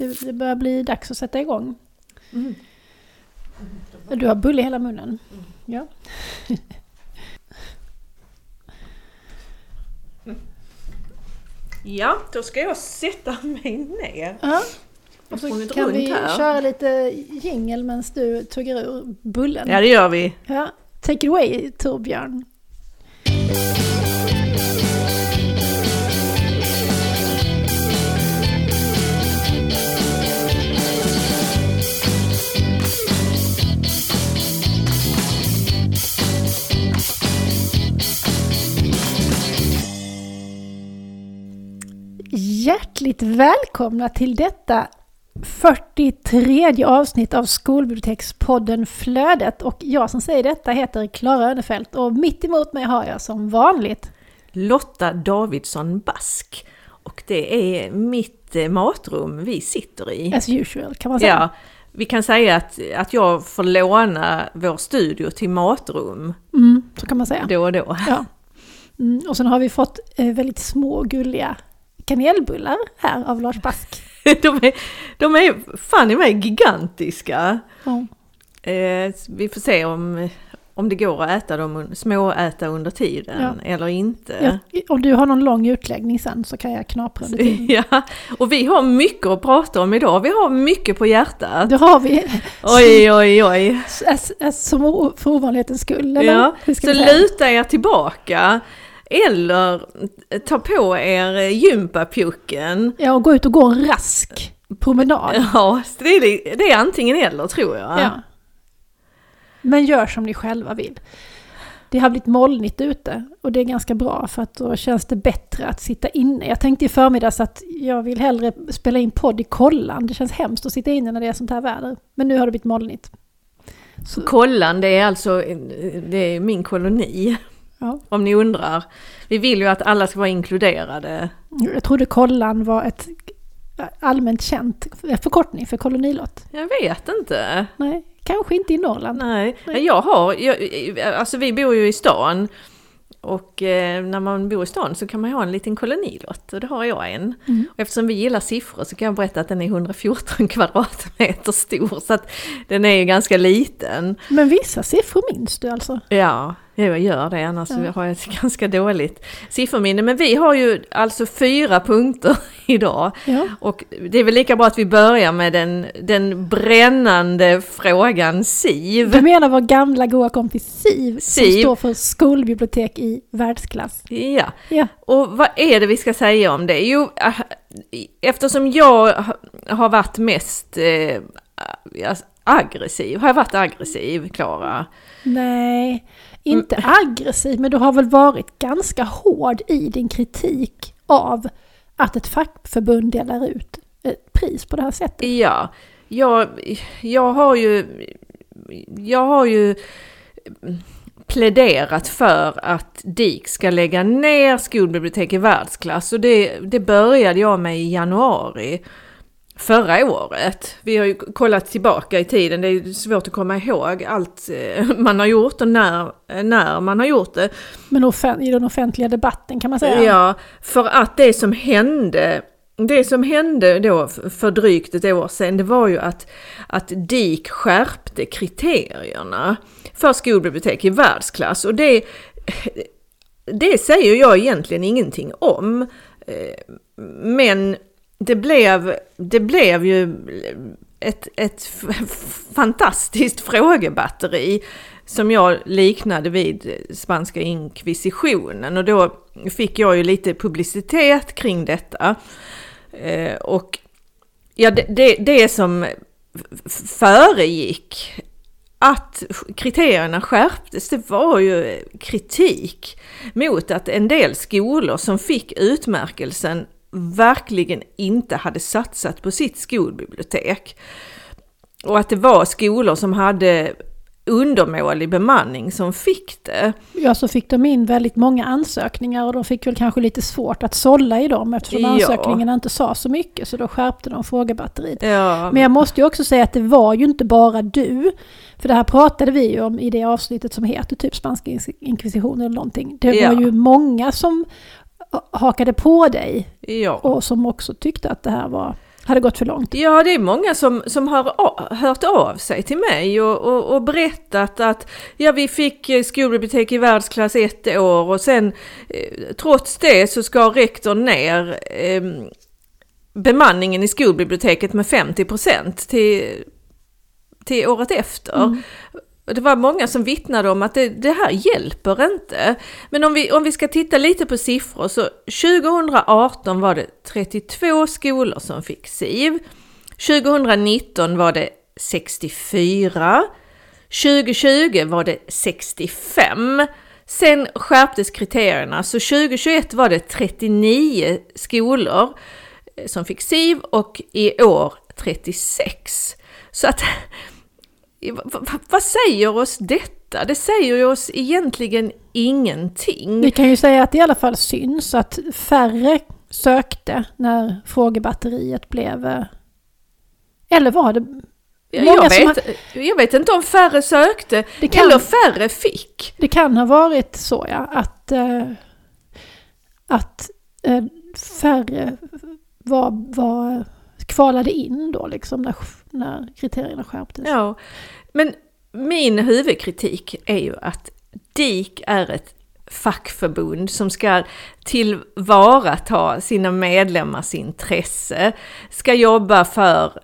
det börjar bli dags att sätta igång. Du har bulle i hela munnen. Ja. Ja, då ska jag sätta mig ner. Ja. Och så kan vi köra lite jingle medan du tuggar ur bullen. Ja, det gör vi. Ja. Take it away, Torbjörn. Hjärtligt välkomna till detta 43 avsnitt av Skolbibliotekspodden Flödet. Och jag som säger detta heter Klara Önefelt och mitt emot mig har jag som vanligt Lotta Davidsson Bask. Och det är mitt matrum vi sitter i. As usual kan man säga. Ja, vi kan säga att jag får låna vår studio till matrum. Så kan man säga. Då och då. Ja. Och sen har vi fått väldigt små gulliga kanelbullar här av Lars Bask. de är fan i mig gigantiska. Ja. Vi får se om det går att äta dem, småäta under tiden eller inte. Ja, om du har någon lång utläggning sen så kan jag knapra under tiden. Ja, och vi har mycket att prata om idag. Vi har mycket på hjärtat. Det har vi. Oj. Som för ovanlighetens skull. Eller? Ja, så luta er tillbaka. Eller ta på er gympapjucken. Ja, och gå ut och gå en rask promenad. Ja, det är antingen eller tror jag. Ja. Men gör som ni själva vill. Det har blivit molnigt ute och det är ganska bra för att då känns det bättre att sitta inne. Jag tänkte i förmiddags att jag vill hellre spela in podd i Kollan. Det känns hemskt att sitta inne när det är sånt här väder. Men nu har det blivit molnigt. Så. Kollan, det är min koloni. Ja. Om ni undrar. Vi vill ju att alla ska vara inkluderade. Jag trodde Kollan var ett allmänt känt förkortning för kolonilott. Jag vet inte. Nej, kanske inte i Norrland. Nej. Alltså vi bor ju i stan. Och när man bor i stan så kan man ha en liten kolonilott. Och det har jag en. Och eftersom vi gillar siffror så kan jag berätta att den är 114 kvadratmeter stor. Så att den är ju ganska liten. Men vissa siffror minns du alltså? Ja, jag gör det. Annars har jag ett ganska dåligt sifferminne. Men vi har ju alltså 4 punkter idag. Ja. Och det är väl lika bra att vi börjar med den brännande frågan Siv. Du menar vår gamla goda kompis Siv. Som står för skolbibliotek i världsklass. Ja. Och vad är det vi ska säga om det? Jo, eftersom jag har varit mest aggressiv. Har jag varit aggressiv, Klara? Nej, inte aggressiv. Men du har väl varit ganska hård i din kritik av att ett fackförbund delar ut ett pris på det här sättet. Ja, jag har ju pläderat för att DIK ska lägga ner skolbibliotek i världsklass och det började jag med i januari förra året. Vi har ju kollat tillbaka i tiden, det är svårt att komma ihåg allt man har gjort och när man har gjort det. Men i den offentliga debatten kan man säga. Ja, för att det som hände då för drygt ett år sedan, det var ju att DIK skärpte kriterierna för skolbibliotek i världsklass. Och det säger jag egentligen ingenting om. Men det blev ju ett fantastiskt frågebatteri som jag liknade vid spanska inkvisitionen. Och då fick jag ju lite publicitet kring detta. Och ja, det som föregick att kriterierna skärptes, det var ju kritik mot att en del skolor som fick utmärkelsen verkligen inte hade satsat på sitt skolbibliotek. Och att det var skolor som hade undermålig bemanning som fick det. Ja, så fick de in väldigt många ansökningar och de fick väl kanske lite svårt att sålla i dem eftersom ansökningarna inte sa så mycket, så då skärpte de frågebatteriet. Ja. Men jag måste ju också säga att det var ju inte bara du, för det här pratade vi ju om i det avsnittet som heter typ spanska inkvisitionen eller någonting. Det var ju många som hakade på dig och som också tyckte att det här var hade gått för långt. Ja, det är många som har hört av sig till mig och berättat att vi fick skolbibliotek i världsklass 1 år och sen trots det så ska rektorn ner bemanningen i skolbiblioteket med 50% till året efter. Det var många som vittnade om att det här hjälper inte. Men om vi ska titta lite på siffror, så 2018 var det 32 skolor som fick SIV. 2019 var det 64. 2020 var det 65. Sen skärptes kriterierna, så 2021 var det 39 skolor som fick SIV och i år 36. Så att vad säger oss detta? Det säger ju oss egentligen ingenting. Vi kan ju säga att det i alla fall syns att färre sökte när frågebatteriet blev... Eller var det... Jag vet inte om färre sökte eller färre fick. Det kan ha varit så, ja, att färre var kvalade in då liksom när kriterierna skärptes. Ja, men min huvudkritik är ju att DIK är ett fackförbund som ska tillvarata sina medlemmars intresse, ska jobba för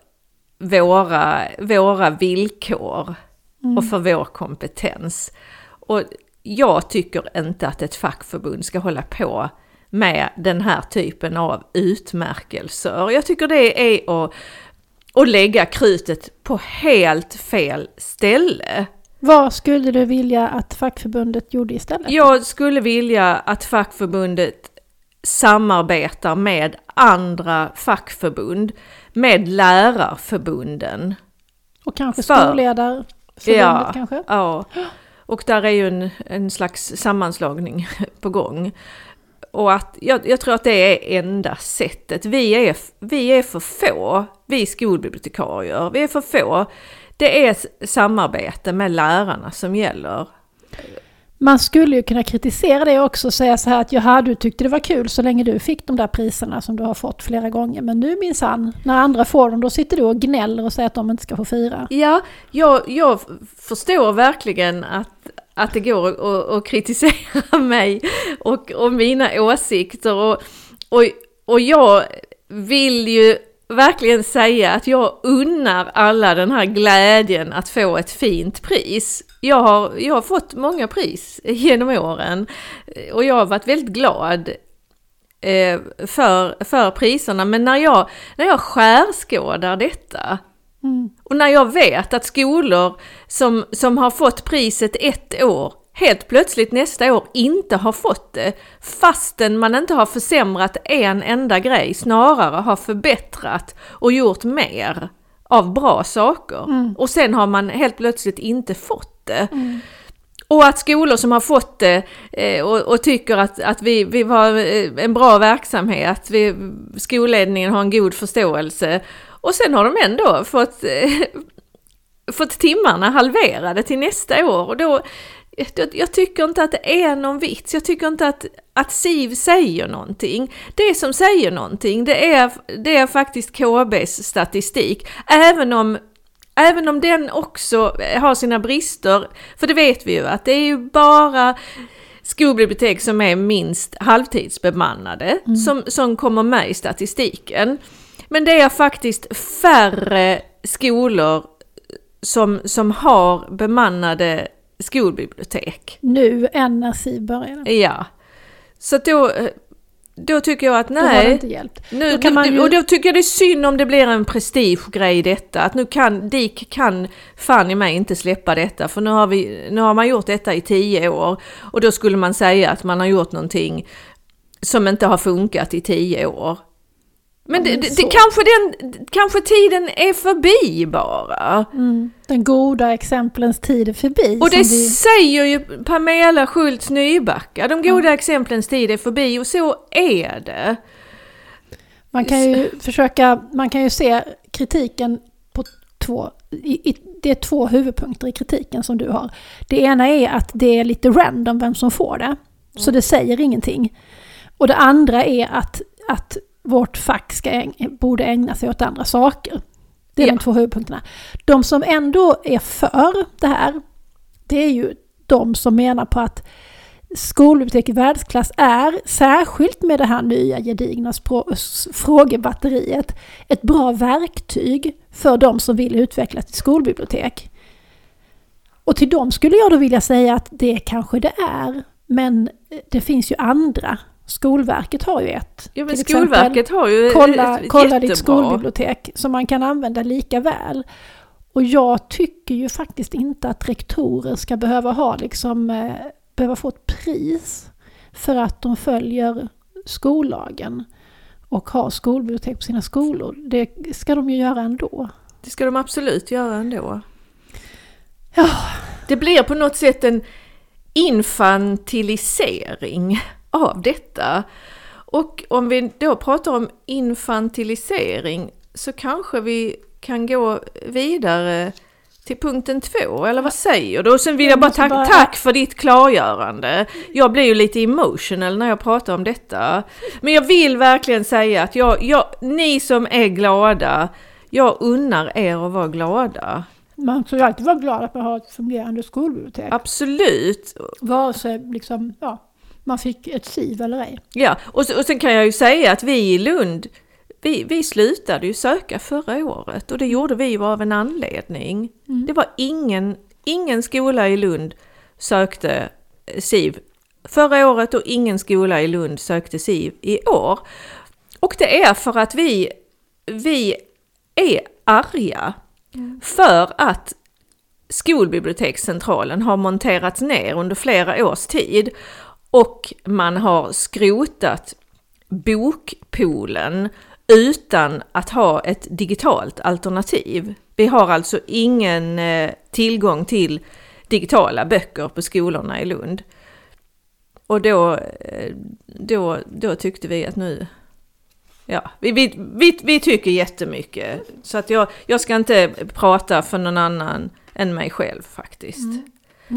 våra villkor och för vår kompetens. Och jag tycker inte att ett fackförbund ska hålla på med den här typen av utmärkelser. Jag tycker det är att lägga krutet på helt fel ställe. Vad skulle du vilja att fackförbundet gjorde istället? Jag skulle vilja att fackförbundet samarbetar med andra fackförbund, med lärarförbunden. Och kanske skolledarförbundet kanske? Ja, och där är ju en slags sammanslagning på gång. Och att jag tror att det är enda sättet. Vi är för få, vi skolbibliotekarier, vi är för få. Det är samarbete med lärarna som gäller. Man skulle ju kunna kritisera det också och säga så här att du tyckte det var kul så länge du fick de där priserna som du har fått flera gånger. Men nu minsann, när andra får dem, då sitter du och gnäller och säger att de inte ska få fira. Ja, jag förstår verkligen att det går att kritisera mig och mina åsikter. Och jag vill ju verkligen säga att jag unnar alla den här glädjen att få ett fint pris. Jag har fått många pris genom åren och jag har varit väldigt glad för priserna. Men när jag skärskådar detta och när jag vet att skolor som har fått priset 1 år helt plötsligt nästa år inte har fått det, fastän man inte har försämrat en enda grej, snarare har förbättrat och gjort mer av bra saker. Och sen har man helt plötsligt inte fått det. Och att skolor som har fått det och tycker att vi har en bra verksamhet, skolledningen har en god förståelse, och sen har de ändå fått timmarna halverade till nästa år. Och då jag tycker inte att det är någon vits. Jag tycker inte att SIV säger någonting. Det som säger någonting, det är faktiskt KBs statistik. Även om den också har sina brister. För det vet vi ju att det är ju bara skolbibliotek som är minst halvtidsbemannade som kommer med i statistiken. Men det är faktiskt färre skolor som har bemannade skolbibliotek. Nu än när SIV började. Ja. Så då tycker jag att nej. Det har inte hjälpt. Och då tycker jag det är synd om det blir en prestigegrej i detta. Att DIK kan fan i mig inte släppa detta. För nu har man gjort detta i 10 år. Och då skulle man säga att man har gjort någonting som inte har funkat i 10 år. Men kanske tiden är förbi bara. Den goda exemplens tid är förbi. Och det säger ju Pamela Schultz Nybacka. De goda exemplens tid är förbi, och så är det. Man kan ju se kritiken på det är 2 huvudpunkter i kritiken som du har. Det ena är att det är lite random vem som får det. Så det säger ingenting. Och det andra är att vårt fack borde ägna sig åt andra saker. Det är de 2 huvudpunkterna. De som ändå är för det här, det är ju de som menar på att skolbibliotek i världsklass är, särskilt med det här nya gedigna frågebatteriet, ett bra verktyg för de som vill utveckla ett skolbibliotek. Och till dem skulle jag då vilja säga att det kanske det är, men det finns ju andra. Skolverket har ju ett. Ja, men Skolverket har ju kolla ditt skolbibliotek som man kan använda lika väl. Och jag tycker ju faktiskt inte att rektorer ska behöva få ett pris för att de följer skollagen och har skolbibliotek på sina skolor. Det ska de ju göra ändå. Det ska de absolut göra ändå. Ja. Det blir på något sätt en infantilisering av detta. Och om vi då pratar om infantilisering så kanske vi kan gå vidare till punkten 2, eller vad säger du? Och sen vill jag bara tack för ditt klargörande. Jag blir ju lite emotional när jag pratar om detta. Men jag vill verkligen säga att ni som är glada, jag unnar er att vara glada. Man ska ju alltid vara glad att man har ett fungerande skolbibliotek. Absolut. Vare sig man fick ett SIV eller ej. Ja, och sen kan jag ju säga att vi i Lund, vi slutade ju söka förra året. Och det gjorde vi ju av en anledning. Mm. Det var ingen skola i Lund sökte SIV förra året och ingen skola i Lund sökte SIV i år. Och det är för att vi är arga för att skolbibliotekscentralen har monterats ner under flera års tid och man har skrotat bokpoolen utan att ha ett digitalt alternativ. Vi har alltså ingen tillgång till digitala böcker på skolorna i Lund. Och då tyckte vi att nu... Ja, vi tycker jättemycket. Så att jag ska inte prata för någon annan än mig själv faktiskt. Mm. Nu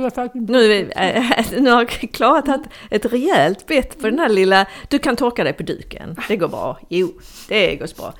har jag klarat ett rejält bett på den här lilla... Du kan torka dig på duken. Det går bra. Jo, det går bra.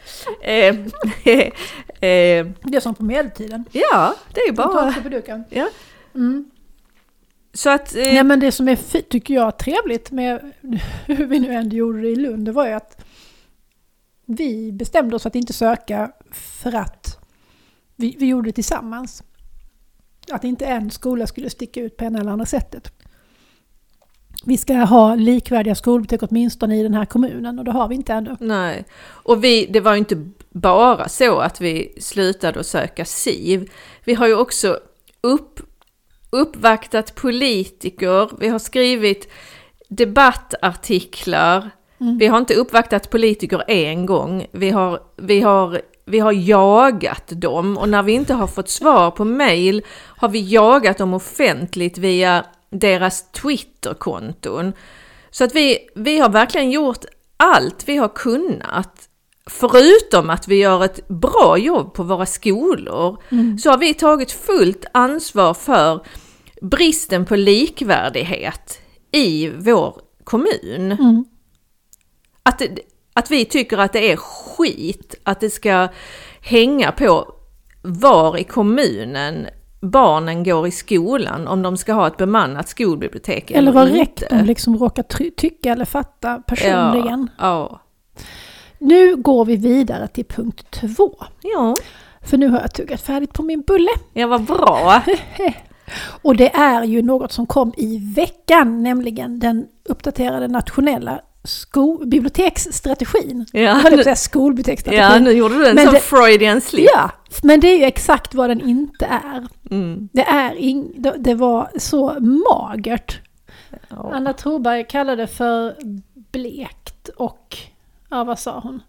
Det är som på medeltiden. Ja, det är bara... Torka på duken. Ja. Mm. Så att... Ja, men det som är tycker jag trevligt med hur vi nu ändå gjorde det i Lund, det var ju att vi bestämde oss att inte söka för att vi gjorde det tillsammans. Att inte en skola skulle sticka ut på en eller andra sättet. Vi ska ha likvärdiga skolbibliotek åtminstone i den här kommunen och det har vi inte ännu. Nej, och det var ju inte bara så att vi slutade att söka SIV. Vi har ju också uppvaktat politiker, vi har skrivit debattartiklar. Vi har inte uppvaktat politiker en gång. Vi har jagat dem och när vi inte har fått svar på mejl har vi jagat dem offentligt via deras Twitterkonton. Så att vi har verkligen gjort allt vi har kunnat. Förutom att vi gör ett bra jobb på våra skolor så har vi tagit fullt ansvar för bristen på likvärdighet i vår kommun. Mm. Att vi tycker att det är skit att det ska hänga på var i kommunen barnen går i skolan om de ska ha ett bemannat skolbibliotek eller vad rektorn liksom råkar tycka eller fatta personligen. Ja. Nu går vi vidare till punkt 2. Ja. För nu har jag tuggat färdigt på min bulle. Ja, vad bra. Och det är ju något som kom i veckan, nämligen den uppdaterade nationella biblioteksstrategin. Ja, skolbiblioteksstrategin. Ja, nu gjorde du en sån Freudian slip. Ja, men det är ju exakt vad den inte är. Mm. Det var så magert. Ja. Anna Troberg kallade det för blekt och vad sa hon?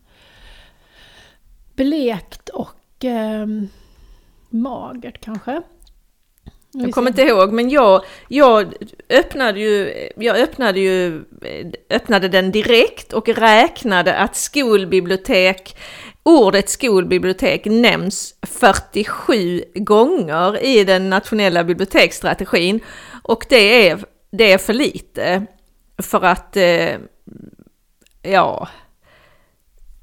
Blekt och magert kanske. Jag kommer inte ihåg, men jag öppnade den direkt och räknade att ordet skolbibliotek nämns 47 gånger i den nationella biblioteksstrategin och det är för lite för att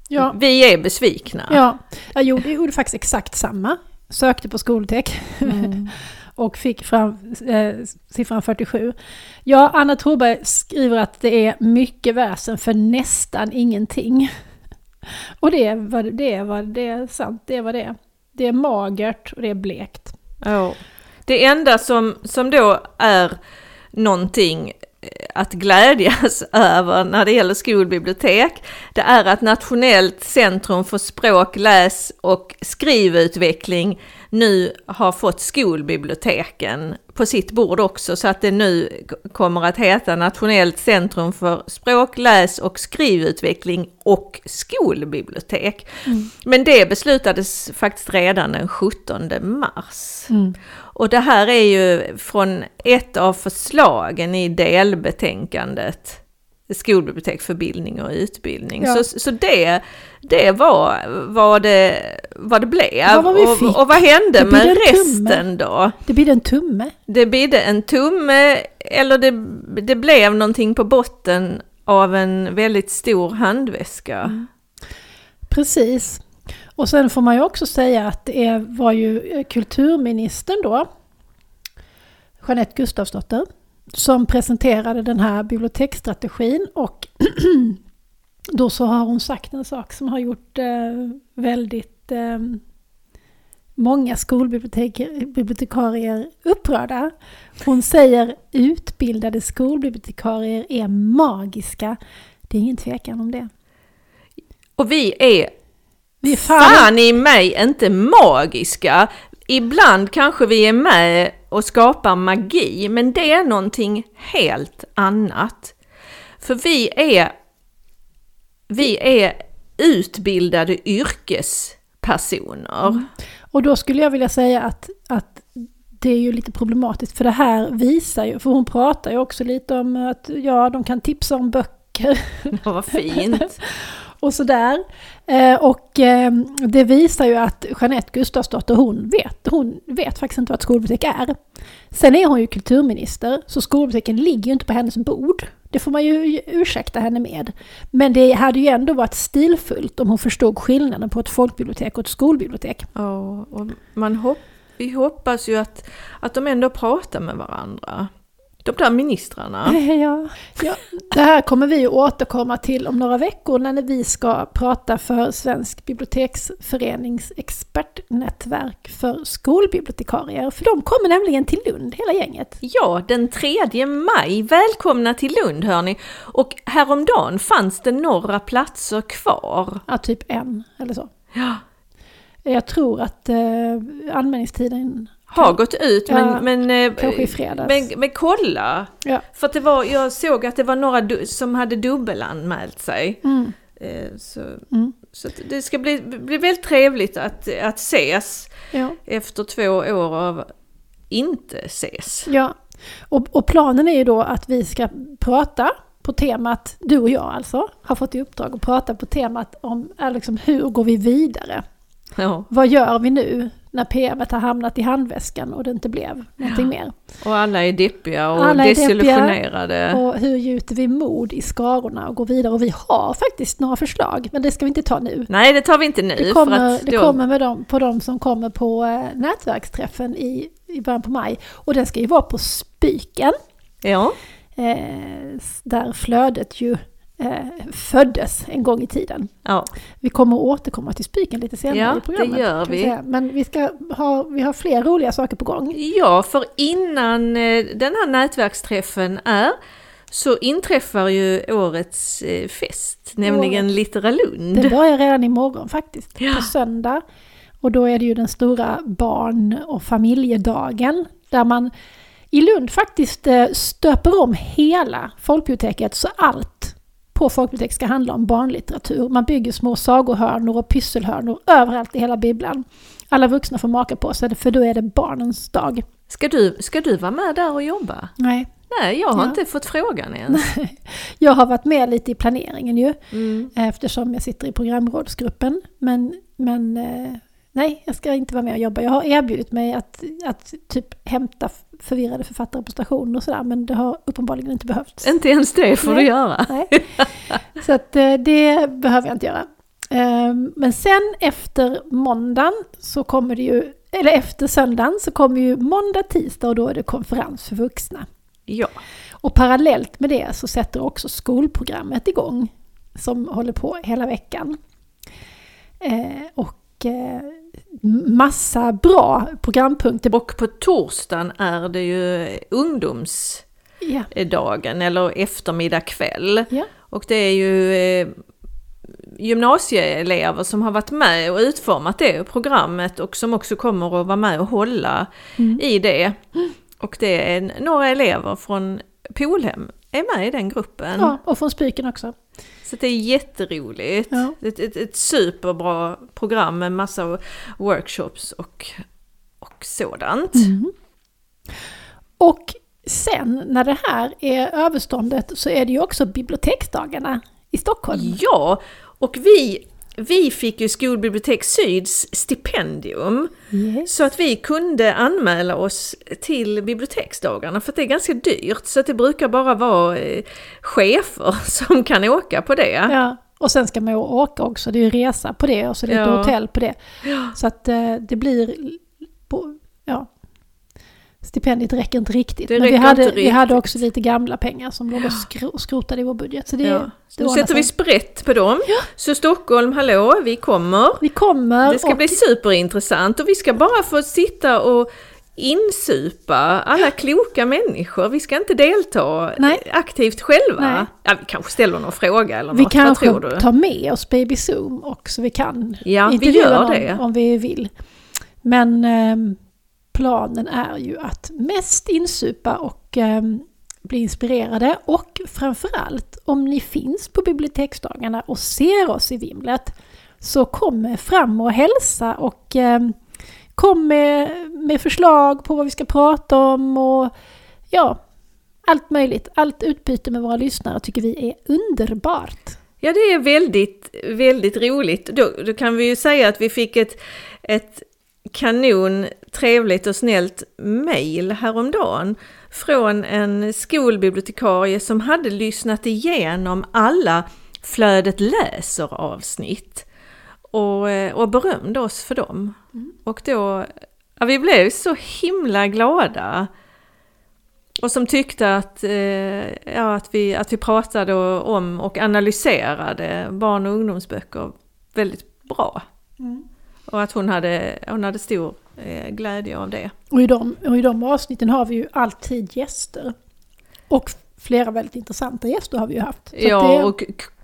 Ja. Vi är besvikna. Ja, jag gjorde faktiskt exakt samma. Sökte på skolbibliotek och fick fram siffran 47. Ja, Anna Thorberg skriver att det är mycket väsen för nästan ingenting. Och det är sant, det var det. Det är magert och det är blekt. Ja. Det enda som då är någonting att glädjas över när det gäller skolbibliotek, det är att Nationellt centrum för språk, läs- och skrivutveckling nu har fått skolbiblioteken på sitt bord också, så att det nu kommer att heta Nationellt centrum för språk, läs- och skrivutveckling och skolbibliotek. Men det beslutades faktiskt redan den 17 mars. Och det här är ju från ett av förslagen i delbetänkandet Skolbibliotek för bildning och utbildning. Ja. Så det var vad det blev. Och vad hände med resten då? Det blir en tumme. Det blir en tumme, eller det blev någonting på botten av en väldigt stor handväska. Precis. Och sen får man ju också säga att det var ju kulturministern då, Jeanette Gustafsdotter, som presenterade den här biblioteksstrategin, och då så har hon sagt en sak som har gjort väldigt många skolbibliotekarier upprörda. Hon säger utbildade skolbibliotekarier är magiska. Det är ingen tvekan om det. Och vi är fan i mig inte magiska. Ibland kanske vi är med och skapar magi, men det är någonting helt annat. För vi är utbildade yrkespersoner. Och då skulle jag vilja säga att det är ju lite problematiskt, för det här visar ju, för hon pratar ju också lite om att de kan tipsa om böcker. Ja, vad fint. Och sådär. Och det visar ju att Jeanette Gustafsdotter, hon vet faktiskt inte vad ett skolbibliotek är. Sen är hon ju kulturminister, så skolbiblioteken ligger ju inte på hennes bord. Det får man ju ursäkta henne med. Men det hade ju ändå varit stilfullt om hon förstod skillnaden på ett folkbibliotek och ett skolbibliotek. Ja, och vi hoppas ju att de ändå pratar med varandra. De där ministrarna. Ja. Det här kommer vi att återkomma till om några veckor när vi ska prata för Svensk biblioteksförenings expertnätverk för skolbibliotekarier. För de kommer nämligen till Lund, hela gänget. Ja, den 3 maj. Välkomna till Lund, hörni. Och häromdagen fanns det några platser kvar. Ja, typ en eller så. Ja. Jag tror att anmälningstiden har gått ut, men kanske i fredags. Men kolla. Ja. För att jag såg att det var några som hade dubbelanmält sig. Så det ska bli väldigt trevligt att ses efter 2 år av inte ses. Ja, och planen är ju då att vi ska prata på temat, du och jag alltså, har fått i uppdrag att prata på temat om liksom, hur går vi vidare? Ja. Vad gör vi nu när PM:et har hamnat i handväskan och det inte blev någonting mer? Och alla är deppiga och desillusionerade. Och hur gjuter vi mod i skarorna och går vidare? Och vi har faktiskt några förslag, men det ska vi inte ta nu. Nej, det tar vi inte nu. Det kommer med de som kommer på nätverksträffen i början på maj. Och den ska ju vara på Spyken. Ja. Där flödet ju föddes en gång i tiden. Ja. Vi kommer att återkomma till Spyken lite senare i programmet. Ja, det gör vi. Men vi har fler roliga saker på gång. Ja, för innan den här nätverksträffen så inträffar ju årets fest, nämligen Littera Lund. Det börjar redan imorgon faktiskt, på söndag. Och då är det ju den stora barn- och familjedagen där man i Lund faktiskt stöper om hela folkbiblioteket, så allt på folkbibliotek ska handla om barnlitteratur. Man bygger små sagohörnor och pysselhörnor överallt i hela bibblan. Alla vuxna får maka på sig, för då är det barnens dag. Ska du vara med där och jobba? Nej, jag har inte fått frågan än. Jag har varit med lite i planeringen ju, eftersom jag sitter i programrådsgruppen. Men nej, jag ska inte vara med och jobba. Jag har erbjudit mig att typ hämta förvirrade författare på stationen och sådär, men det har uppenbarligen inte behövts. Inte ens det får du göra. Nej. Så att det behöver jag inte göra. Men sen efter måndagen så kommer det ju, eller efter söndagen så kommer ju måndag, tisdag och då är det konferens för vuxna. Ja. Och parallellt med det så sätter också skolprogrammet igång som håller på hela veckan. Massa bra programpunkter. Och på torsdagen är det ju ungdomsdagen eller eftermiddag kväll. Ja. Och det är ju gymnasieelever som har varit med och utformat det programmet och som också kommer att vara med och hålla i det. Och det är några elever från Polhem är med i den gruppen. Ja, och från Spyken också. Så det är jätteroligt. Ja. Ett superbra program med massa workshops och sådant. Och sen när det här är överståndet så är det ju också biblioteksdagarna i Stockholm. Ja, och vi fick ju Skolbibliotek Syds stipendium så att vi kunde anmäla oss till biblioteksdagarna för att det är ganska dyrt så att det brukar bara vara chefer som kan åka på det. Ja, och sen ska man ju åka också, det är ju resa på det och så lite hotell på det. Ja. Så att det blir, stipendiet räcker inte riktigt. Men vi hade också lite gamla pengar som låg och skrotade i vår budget. Så det nu sätter vi sprätt på dem. Ja. Så Stockholm, hallå, vi kommer. Det ska bli superintressant och vi ska bara få sitta och insupa alla kloka människor. Vi ska inte delta aktivt själva. Nej. Ja, vi kanske ställer någon fråga eller något. Vi kanske tar med oss Baby Zoom också. Vi kan vi gör det om vi vill. Men planen är ju att mest insupa och bli inspirerade och framförallt om ni finns på biblioteksdagarna och ser oss i vimlet så kom fram och hälsa och kom med förslag på vad vi ska prata om och allt möjligt. Allt utbyte med våra lyssnare tycker vi är underbart. Ja, det är väldigt, väldigt roligt. Då kan vi ju säga att vi fick ett kanon, trevligt och snällt mejl häromdagen från en skolbibliotekarie som hade lyssnat igenom alla Flödet läser avsnitt och berömde oss för dem. Och då, vi blev så himla glada och som tyckte att vi pratade om och analyserade barn- och ungdomsböcker väldigt bra. Och att hon hade stor glädje av det. Och i de avsnitten har vi ju alltid gäster. Och flera väldigt intressanta gäster har vi ju haft. Så och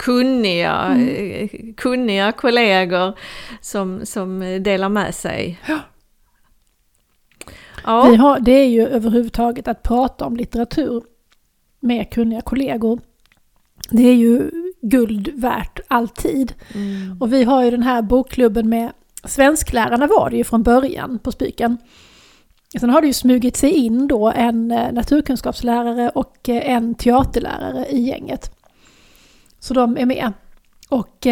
kunniga kollegor som delar med sig. Ja. Det är ju överhuvudtaget att prata om litteratur med kunniga kollegor. Det är ju guld värt alltid. Och vi har ju den här bokklubben med svensklärarna var det ju från början på Spyken. Sen har det ju smugit sig in då en naturkunskapslärare och en teaterlärare i gänget. Så de är med. Och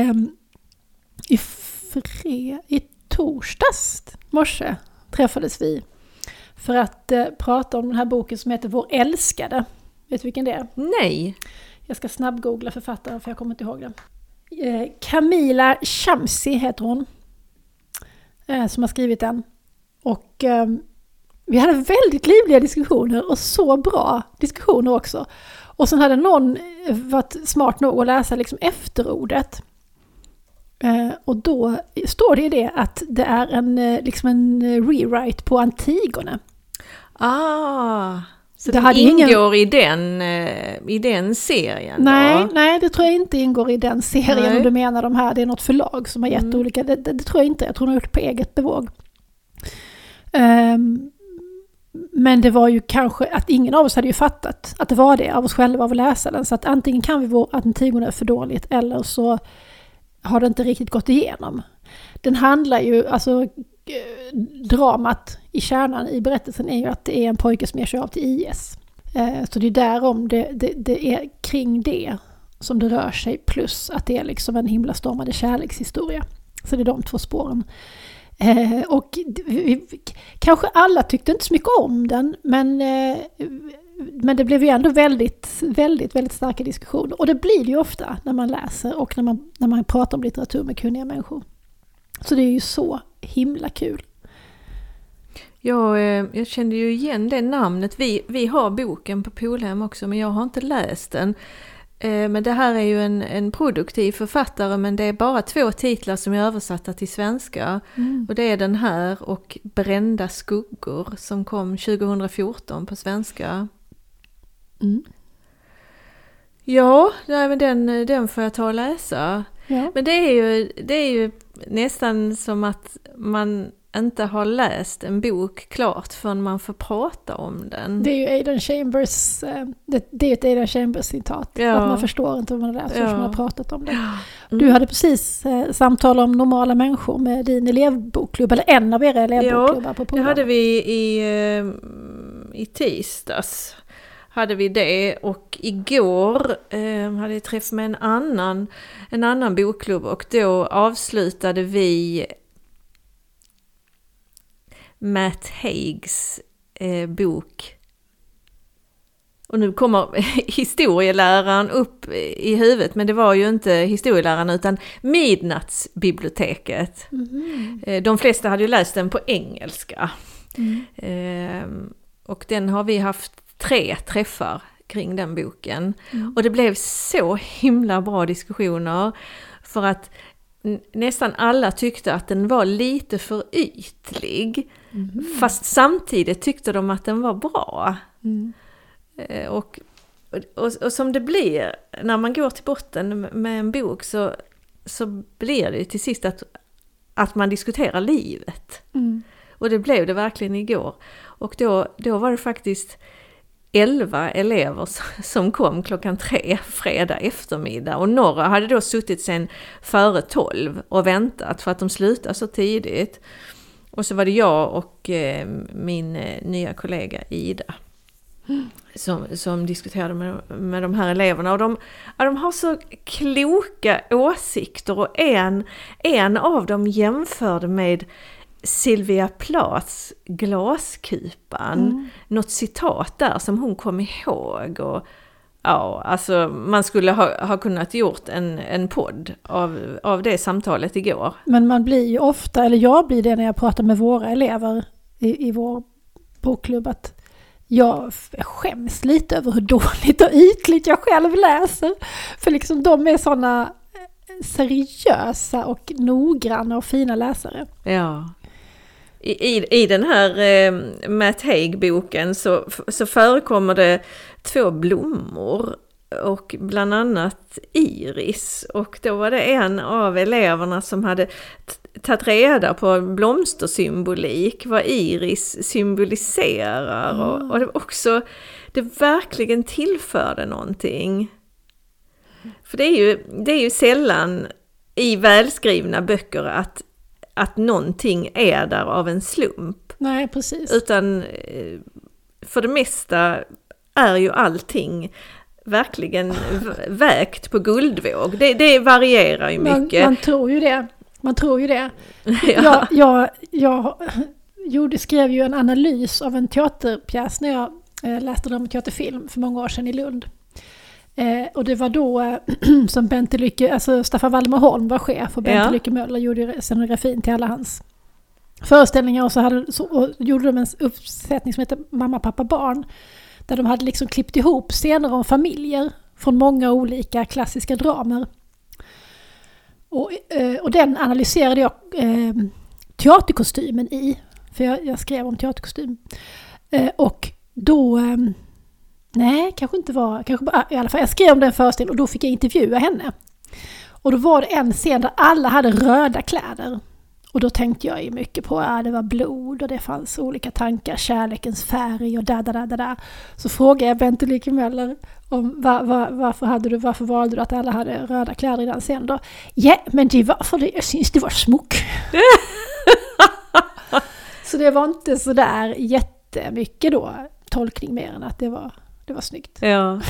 i torsdags morse träffades vi för att prata om den här boken som heter Vår älskade. Vet du vilken det är? Nej. Jag ska snabbgoogla författaren för jag kommer inte ihåg det. Camilla Shamsi heter hon. Som har skrivit den. Och vi hade väldigt livliga diskussioner och så bra diskussioner också. Och sen hade någon varit smart nog att läsa liksom efterordet. Och då står det i det att det är en rewrite på Antigone. Så det ingår i den serien då? Nej, det tror jag inte ingår i den serien. Om du menar de här, det är något förlag som har gett olika, det tror jag inte. Jag tror de har gjort det på eget bevåg. Men det var ju kanske att ingen av oss hade ju fattat att det var det av oss själva av att läsa den. Så att antingen kan vi vara att Antigone är för dåligt eller så har det inte riktigt gått igenom. Den handlar ju, alltså dramat i kärnan i berättelsen är ju att det är en pojke som ger sig av till IS. Så det är därom det är kring det som det rör sig, plus att det är liksom en himlastormande kärlekshistoria. Så det är de två spåren. Och kanske alla tyckte inte så mycket om den, men men det blev ju ändå väldigt, väldigt, väldigt starka diskussioner. Och det blir det ju ofta när man läser och när man pratar om litteratur med kunniga människor. Så det är ju så himla kul. Jag kände ju igen det namnet. Vi har boken på Polhem också, men jag har inte läst den. Men det här är ju en produktiv författare, men det är bara 2 titlar som är översatta till svenska. Och det är den här och Brända skuggor som kom 2014 på svenska. Ja, men den får jag ta och läsa. Ja. Men det är ju nästan som att man inte har läst en bok klart förrän man får prata om den. Det är ju Aidan Chambers, det är ett Aidan Chambers citat. Ja. Att man förstår inte vad man har läst förrän man har pratat om det. Du hade precis samtal om normala människor med din elevbokklubb, eller en av era elevbokklubbar på Polhem. Det hade vi i tisdags. Hade vi det, och igår hade jag träff med en annan bokklubb, och då avslutade vi Matt Haigs bok. Och nu kommer historieläraren upp i huvudet, men det var ju inte historieläraren utan Midnattsbiblioteket. De flesta hade ju läst den på engelska. Och den har vi haft 3 träffar kring den boken. Och det blev så himla bra diskussioner, för att nästan alla tyckte att den var lite för ytlig. Fast samtidigt tyckte de att den var bra. Och som det blir när man går till botten med en bok, så blir det till sist att man diskuterar livet. Och det blev det verkligen igår. Och då var det faktiskt 11 elever som kom 3:00 fredag eftermiddag, och några hade då suttit sen före 12 och väntat för att de slutade så tidigt. Och så var det jag och min nya kollega Ida som diskuterade med de här eleverna, och de har så kloka åsikter, och en av dem jämförde med Sylvia Plaths Glaskupan. Något citat där som hon kom ihåg, och ja, alltså man skulle ha kunnat gjort en podd av det samtalet igår. Men man blir ju ofta, eller jag blir det när jag pratar med våra elever i vår bokklubb, att jag skäms lite över hur dåligt och ytligt jag själv läser. För liksom de är såna seriösa och noggranna och fina läsare. Ja. I den här Matt Haig-boken så förekommer det 2 blommor, och bland annat iris. Och då var det en av eleverna som hade tagit reda på blomstersymbolik, vad iris symboliserar. Och det det verkligen tillförde någonting. För det är ju sällan i välskrivna böcker att någonting är där av en slump. Nej, precis. Utan för det mesta är ju allting verkligen vägt på guldvåg. Det varierar ju mycket. Man tror ju det. Ja. Jag skrev ju en analys av en teaterpjäs när jag läste dem i teaterfilm för många år sedan i Lund. Och det var då som Bente Lycke, alltså Staffan Waldemar var chef, och Bente Lycke Möller gjorde scenografin till alla hans föreställningar, och så gjorde de en uppsättning som heter Mamma, pappa, barn, där de hade liksom klippt ihop scener om familjer från många olika klassiska dramer. Och den analyserade jag teaterkostymen i, för jag skrev om teaterkostym. Och då nej, kanske bara, i alla fall jag skrev om den föreställningen, och då fick jag intervjua henne. Och då var det en scen där alla hade röda kläder. Och då tänkte jag ju mycket på att det var blod, och det fanns olika tankar, kärlekens färg och där. Så frågade jag Bente Lycke Möller om varför valde du att alla hade röda kläder i den scenen då? Ja, men det var för det jag syns det var smuck. Så det var inte så där jättemycket då tolkning mer än att det var snyggt. Ja.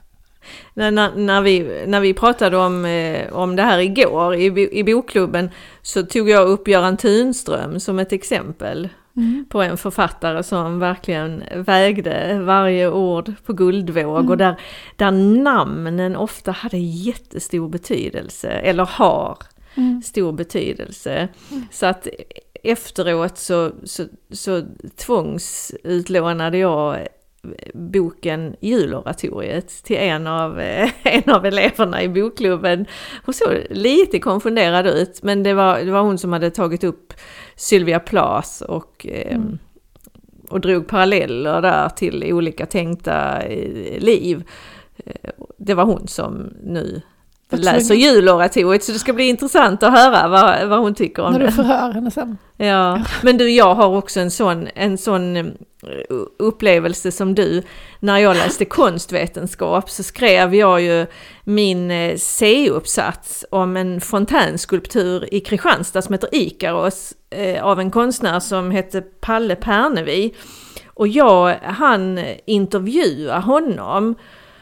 När vi pratade om det här igår i bokklubben, så tog jag upp Göran Tunström som ett exempel på en författare som verkligen vägde varje ord på guldvåg och där namnen ofta hade jättestor betydelse eller har stor betydelse. Så att efteråt så tvångsutlånade jag boken Juloratoriet till en av eleverna i bokklubben. Hon såg lite konfunderad ut, men det var hon som hade tagit upp Sylvia Plath och drog paralleller där till olika tänkta liv. Det var hon som nu läser Juloratoriet, så det ska bli intressant att höra vad hon tycker om det. När du förhör henne sen. Ja, men jag har också en sån upplevelse som du. När jag läste konstvetenskap så skrev jag ju min C-uppsats om en fontänskulptur i Kristianstad som heter Ikaros av en konstnär som hette Palle Pernevi. Och jag hann intervjua honom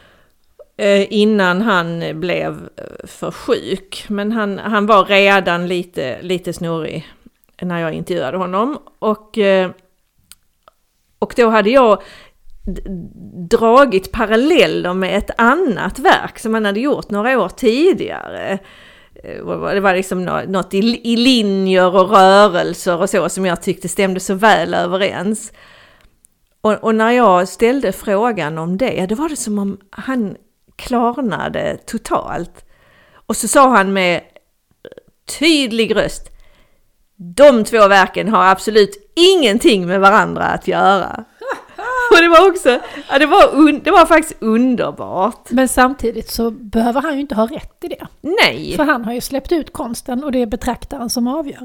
innan han blev för sjuk. Men han var redan lite snurrig när jag intervjuade honom. Och då hade jag dragit paralleller med ett annat verk som han hade gjort några år tidigare. Det var liksom något i linjer och rörelser och så som jag tyckte stämde så väl överens. Och när jag ställde frågan om det var det som om han klarnade totalt. Och så sa han med tydlig röst: de två verken har absolut ingenting med varandra att göra. Och det var också, det var faktiskt underbart. Men samtidigt så behöver han ju inte ha rätt i det. Nej. För han har ju släppt ut konsten och det är betraktaren som avgör.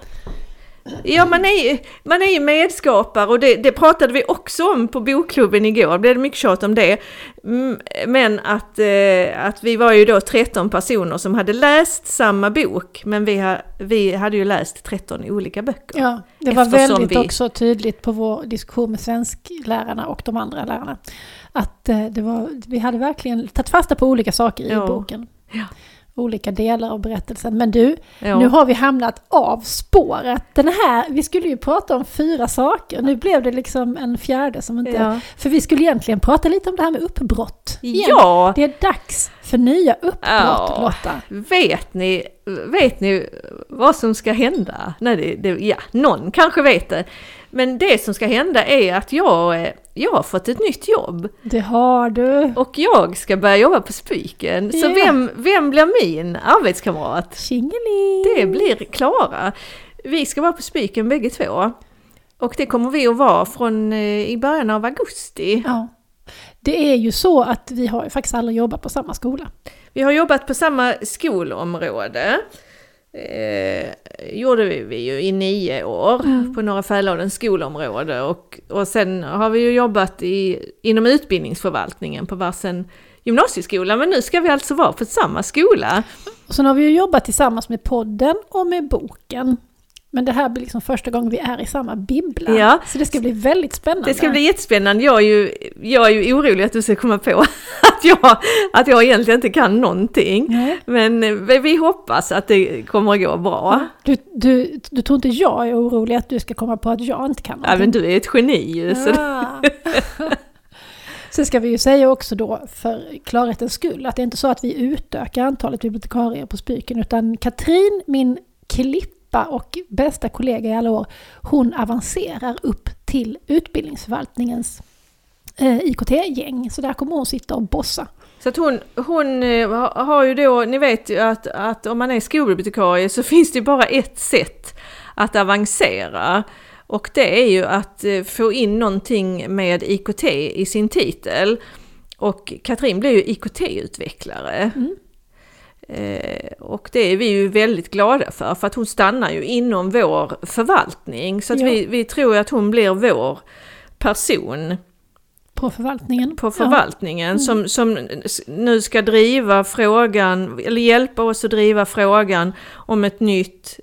Ja, man är ju medskapare och det pratade vi också om på bokklubben igår. Det blev mycket tjat om det. Men att vi var ju då 13 personer som hade läst samma bok, men vi hade ju läst 13 olika böcker. Ja, det var väldigt också tydligt på vår diskussion med svensklärarna och de andra lärarna. Att vi hade verkligen tagit fasta på olika saker i boken. Ja. Olika delar av berättelsen. Men du, nu har vi hamnat av spåret. Vi skulle ju prata om 4 saker. Nu blev det liksom en fjärde som inte... Ja. För vi skulle egentligen prata lite om det här med uppbrott. Ja! Det är dags för nya uppbrott, Lotta. Vet ni vad som ska hända? Nej, någon kanske vet det. Men det som ska hända är att jag har fått ett nytt jobb. Det har du. Och jag ska börja jobba på Spiken. Så vem blir min arbetskamrat? Tjingeling! Det blir Klara. Vi ska vara på Spiken bägge två. Och det kommer vi att vara från i början av augusti. Ja. Det är ju så att vi har faktiskt aldrig jobbat på samma skola. Vi har jobbat på samma skolområde. Gjorde vi ju i 9 år på Norra Fäladens skolområde och sen har vi ju jobbat inom utbildningsförvaltningen på varsin gymnasieskola, men nu ska vi alltså vara på samma skola. Och sen har vi ju jobbat tillsammans med podden och med boken. Men det här blir liksom första gången vi är i samma bibbla. Ja. Så det ska bli väldigt spännande. Det ska bli jättespännande. Jag är ju orolig att du ska komma på att jag egentligen inte kan någonting. Nej. Men vi hoppas att det kommer att gå bra. Du tror inte jag är orolig att du ska komma på att jag inte kan någonting? Ja, men du är ett geni. Ja. Så ska vi ju säga också då för klarhetens skull att det är inte så att vi utökar antalet bibliotekarier på Spiken, utan Katrin, min och bästa kollega i alla år, hon avancerar upp till utbildningsförvaltningens IKT-gäng. Så där kommer hon sitta och bossa. Så att hon har ju då, ni vet ju att om man är skolbibliotekarie så finns det bara ett sätt att avancera. Och det är ju att få in någonting med IKT i sin titel. Och Katrin blir ju IKT-utvecklare. Och det är vi ju väldigt glada för att hon stannar ju inom vår förvaltning. Så att vi tror att hon blir vår person på förvaltningen som nu ska driva frågan, eller hjälpa oss att driva frågan om ett nytt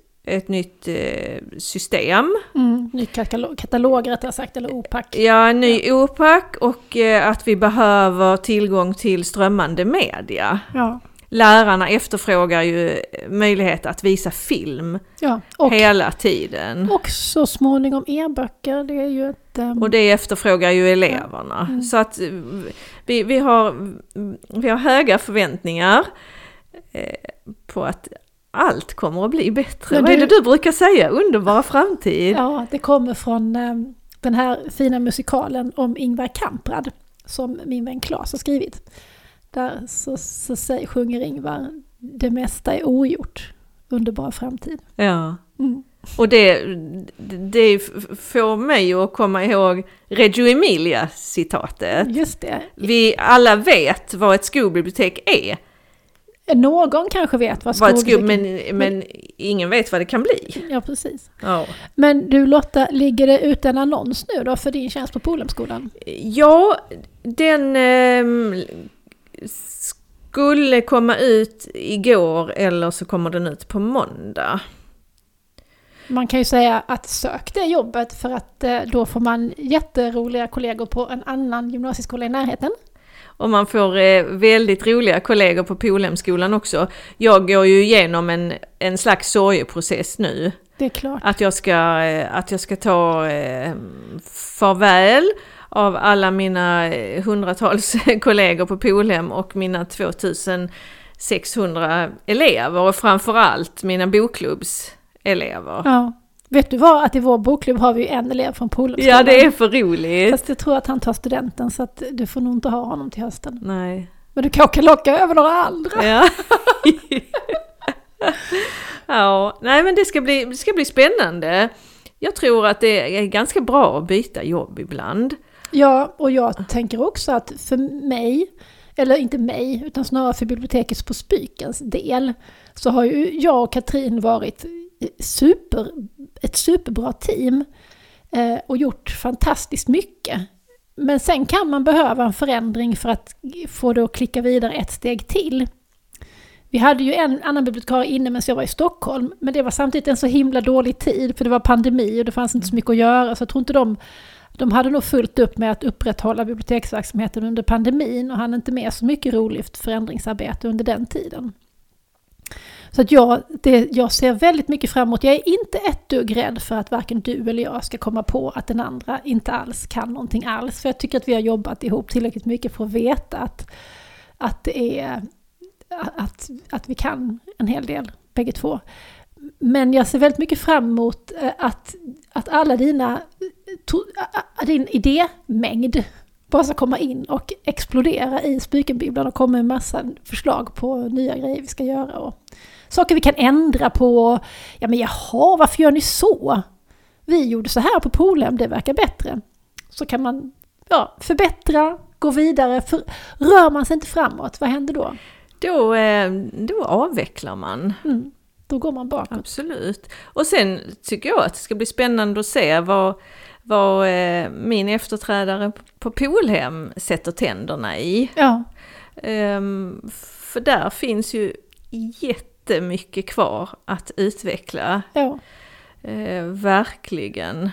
system. Ny katalog rättare sagt, eller OPAC. Ja, ny OPAC och att vi behöver tillgång till strömmande media. Ja. lärarna efterfrågar ju möjlighet att visa film hela tiden. Och så småningom e-böcker, det är ju ett... Och det efterfrågar ju eleverna. Så att vi har höga förväntningar på att allt kommer att bli bättre. Vad är det du brukar säga? Underbara framtid. Ja, det kommer från den här fina musikalen om Ingvar Kamprad som min vän Claes har skrivit. Där så sjunger Ingvar, det mesta är ogjort, underbar framtid. Ja, och det får mig att komma ihåg Reggio Emilia-citatet. Just det. Vi alla vet vad ett skolbibliotek är. Någon kanske vet vad skolbibliotek är. Men ingen vet vad det kan bli. Ja, precis. Ja. Men du Lotta, ligger det ut en annons nu då för din tjänst på Polhemskolan? Ja, den skulle komma ut igår eller så kommer den ut på måndag. Man kan ju säga att sök det jobbet för att då får man jätteroliga kollegor på en annan gymnasieskola i närheten. Och man får väldigt roliga kollegor på Polhemskolan också. Jag går ju igenom en slags sorgeprocess nu. Det är klart. Att jag ska ta farväl av alla mina hundratals kollegor på Polhem och mina 2600 elever och framförallt mina bokklubbselever. Ja. Vet du vad? Att i vår bokklubb har vi en elev från Polhemskolan. Ja, det är för roligt. Fast jag tror att han tar studenten så att du får nog inte ha honom till hösten. Nej. Men du kanske kan locka över några andra. Ja. Ja, nej men det ska bli spännande. Jag tror att det är ganska bra att byta jobb ibland. Ja, och jag tänker också att för mig, eller inte mig, utan snarare för bibliotekets på Spykens del, så har ju jag och Katrin varit ett superbra team och gjort fantastiskt mycket. Men sen kan man behöva en förändring för att få det att klicka vidare ett steg till. Vi hade ju en annan bibliotekarie inne medan jag var i Stockholm, men det var samtidigt en så himla dålig tid för det var pandemi och det fanns inte så mycket att göra, så jag tror inte de hade nog fullt upp med att upprätthålla biblioteksverksamheten under pandemin och hann inte med så mycket roligt förändringsarbete under den tiden. Så att jag ser väldigt mycket framåt. Jag är inte ett dugg rädd för att varken du eller jag ska komma på att den andra inte alls kan någonting alls. För jag tycker att vi har jobbat ihop tillräckligt mycket för att veta att det är att vi kan en hel del bägge två. Men jag ser väldigt mycket fram emot att alla din idémängd bara ska komma in och explodera i Spykenbibblan och komma med en massa förslag på nya grejer vi ska göra och saker vi kan ändra på. Ja, men jaha, varför gör ni så? Vi gjorde så här på Polhem, det verkar bättre. Så kan man förbättra, gå vidare. Rör man sig inte framåt, vad händer då? Då avvecklar man. Då går man bakåt. Absolut. Och sen tycker jag att det ska bli spännande att se vad min efterträdare på Polhem sätter tänderna i. Ja. För där finns ju jättemycket kvar att utveckla. Ja. Verkligen.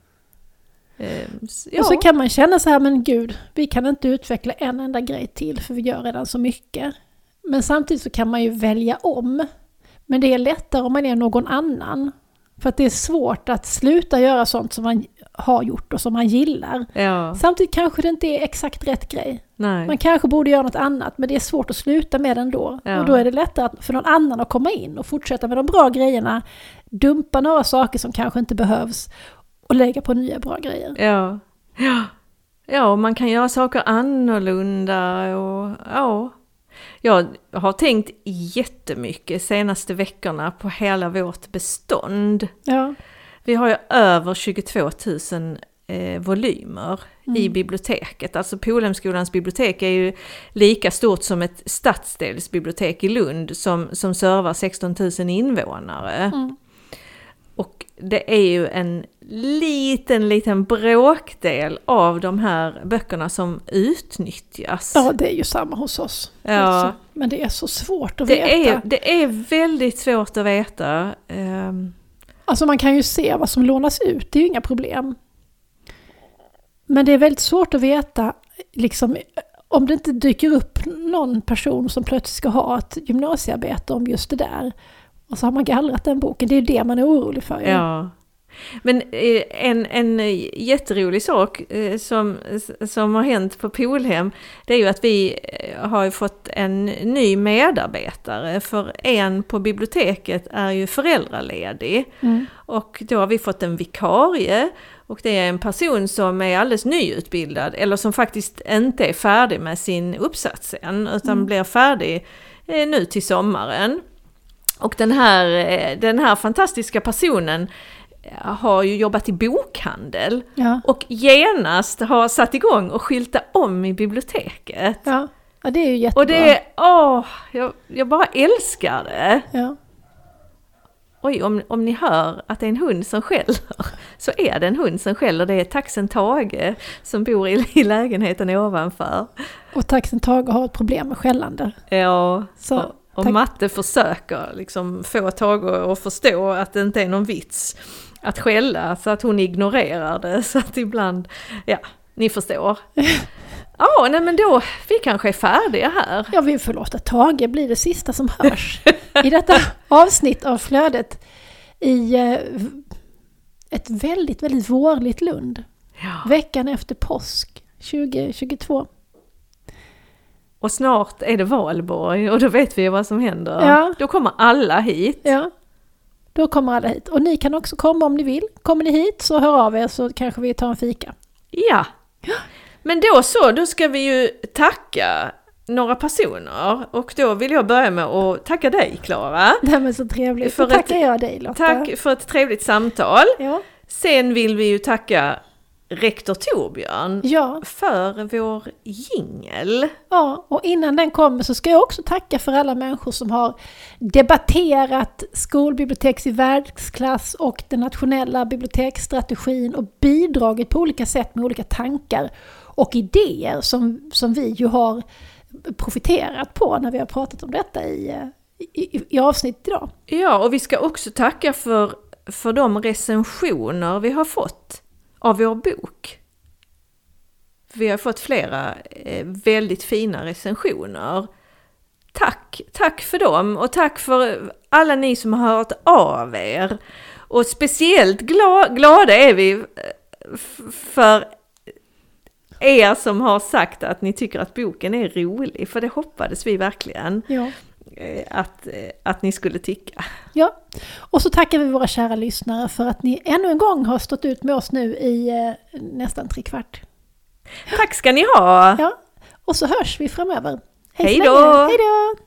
Ja. Och så kan man känna så här, men gud, vi kan inte utveckla en enda grej till för vi gör redan så mycket. Men samtidigt så kan man ju välja om. Men det är lättare om man är någon annan. För att det är svårt att sluta göra sånt som man har gjort och som man gillar. Ja. Samtidigt kanske det inte är exakt rätt grej. Nej. Man kanske borde göra något annat, men det är svårt att sluta med den då. Ja. Och då är det lättare för någon annan att komma in och fortsätta med de bra grejerna. Dumpa några saker som kanske inte behövs och lägga på nya bra grejer. Ja. Ja, och man kan göra saker annorlunda och jag har tänkt jättemycket senaste veckorna på hela vårt bestånd. Ja. Vi har ju över 22 000 volymer i biblioteket. Alltså Polhemskolans bibliotek är ju lika stort som ett stadsdelsbibliotek i Lund som servar 16 000 invånare. Och det är ju en liten bråkdel av de här böckerna som utnyttjas. Ja, det är ju samma hos oss. Ja. Alltså. Men det är så svårt att veta. Det är väldigt svårt att veta. Alltså man kan ju se vad som lånas ut, det är ju inga problem. Men det är väldigt svårt att veta liksom, om det inte dyker upp någon person som plötsligt ska ha ett gymnasiearbete om just det där. Och så har man gallrat den boken. Det är ju det man är orolig för. Ja. Men en jätterolig sak som har hänt på Polhem, det är ju att vi har ju fått en ny medarbetare, för en på biblioteket är ju föräldraledig. Och då har vi fått en vikarie, och det är en person som är alldeles nyutbildad eller som faktiskt inte är färdig med sin uppsats än, utan blir färdig nu till sommaren. Och den här fantastiska personen har ju jobbat i bokhandel och genast har satt igång och skylta om i biblioteket. Ja, det är ju jättebra. Och det är, jag bara älskar det. Ja. Oj, om ni hör att det är en hund som skäller, så är det en hund som skäller. Det är taxen Tage som bor i lägenheten ovanför. Och taxen Tage har ett problem med skällande. Ja, och Matte försöker liksom få Tage att förstå att det inte är någon vits att skälla, så att hon ignorerar det. Så att ibland, ni förstår. Nej men då, vi kanske är färdiga här. Ja, vi får låta Tage bli det sista som hörs i detta avsnitt av Flödet i ett väldigt, väldigt vårligt Lund. Ja. Veckan efter påsk 2022. Och snart är det valborg och då vet vi vad som händer. Ja. Då kommer alla hit. Ja, då kommer alla hit. Och ni kan också komma om ni vill. Kommer ni hit så hör av er, så kanske vi tar en fika. Ja. Men då ska vi ju tacka några personer. Och då vill jag börja med att tacka dig, Klara. Det här var så trevligt. Så tackar jag dig, Lotta. Tack för ett trevligt samtal. Ja. Sen vill vi ju tacka rektor Torbjörn för vår jingle. Ja, och innan den kommer så ska jag också tacka för alla människor som har debatterat skolbiblioteks i världsklass och den nationella biblioteksstrategin och bidragit på olika sätt med olika tankar och idéer som vi ju har profiterat på när vi har pratat om detta i avsnitt idag. Ja, och vi ska också tacka för de recensioner vi har fått av vår bok. Vi har fått flera väldigt fina recensioner. Tack för dem, och tack för alla ni som har hört av er. Och speciellt glada är vi för er som har sagt att ni tycker att boken är rolig, för det hoppades vi verkligen. Ja. Att ni skulle tycka. Ja, och så tackar vi våra kära lyssnare för att ni ännu en gång har stått ut med oss nu i nästan 3/4. Tack ska ni ha! Ja, och så hörs vi framöver. Hej då! Hej då!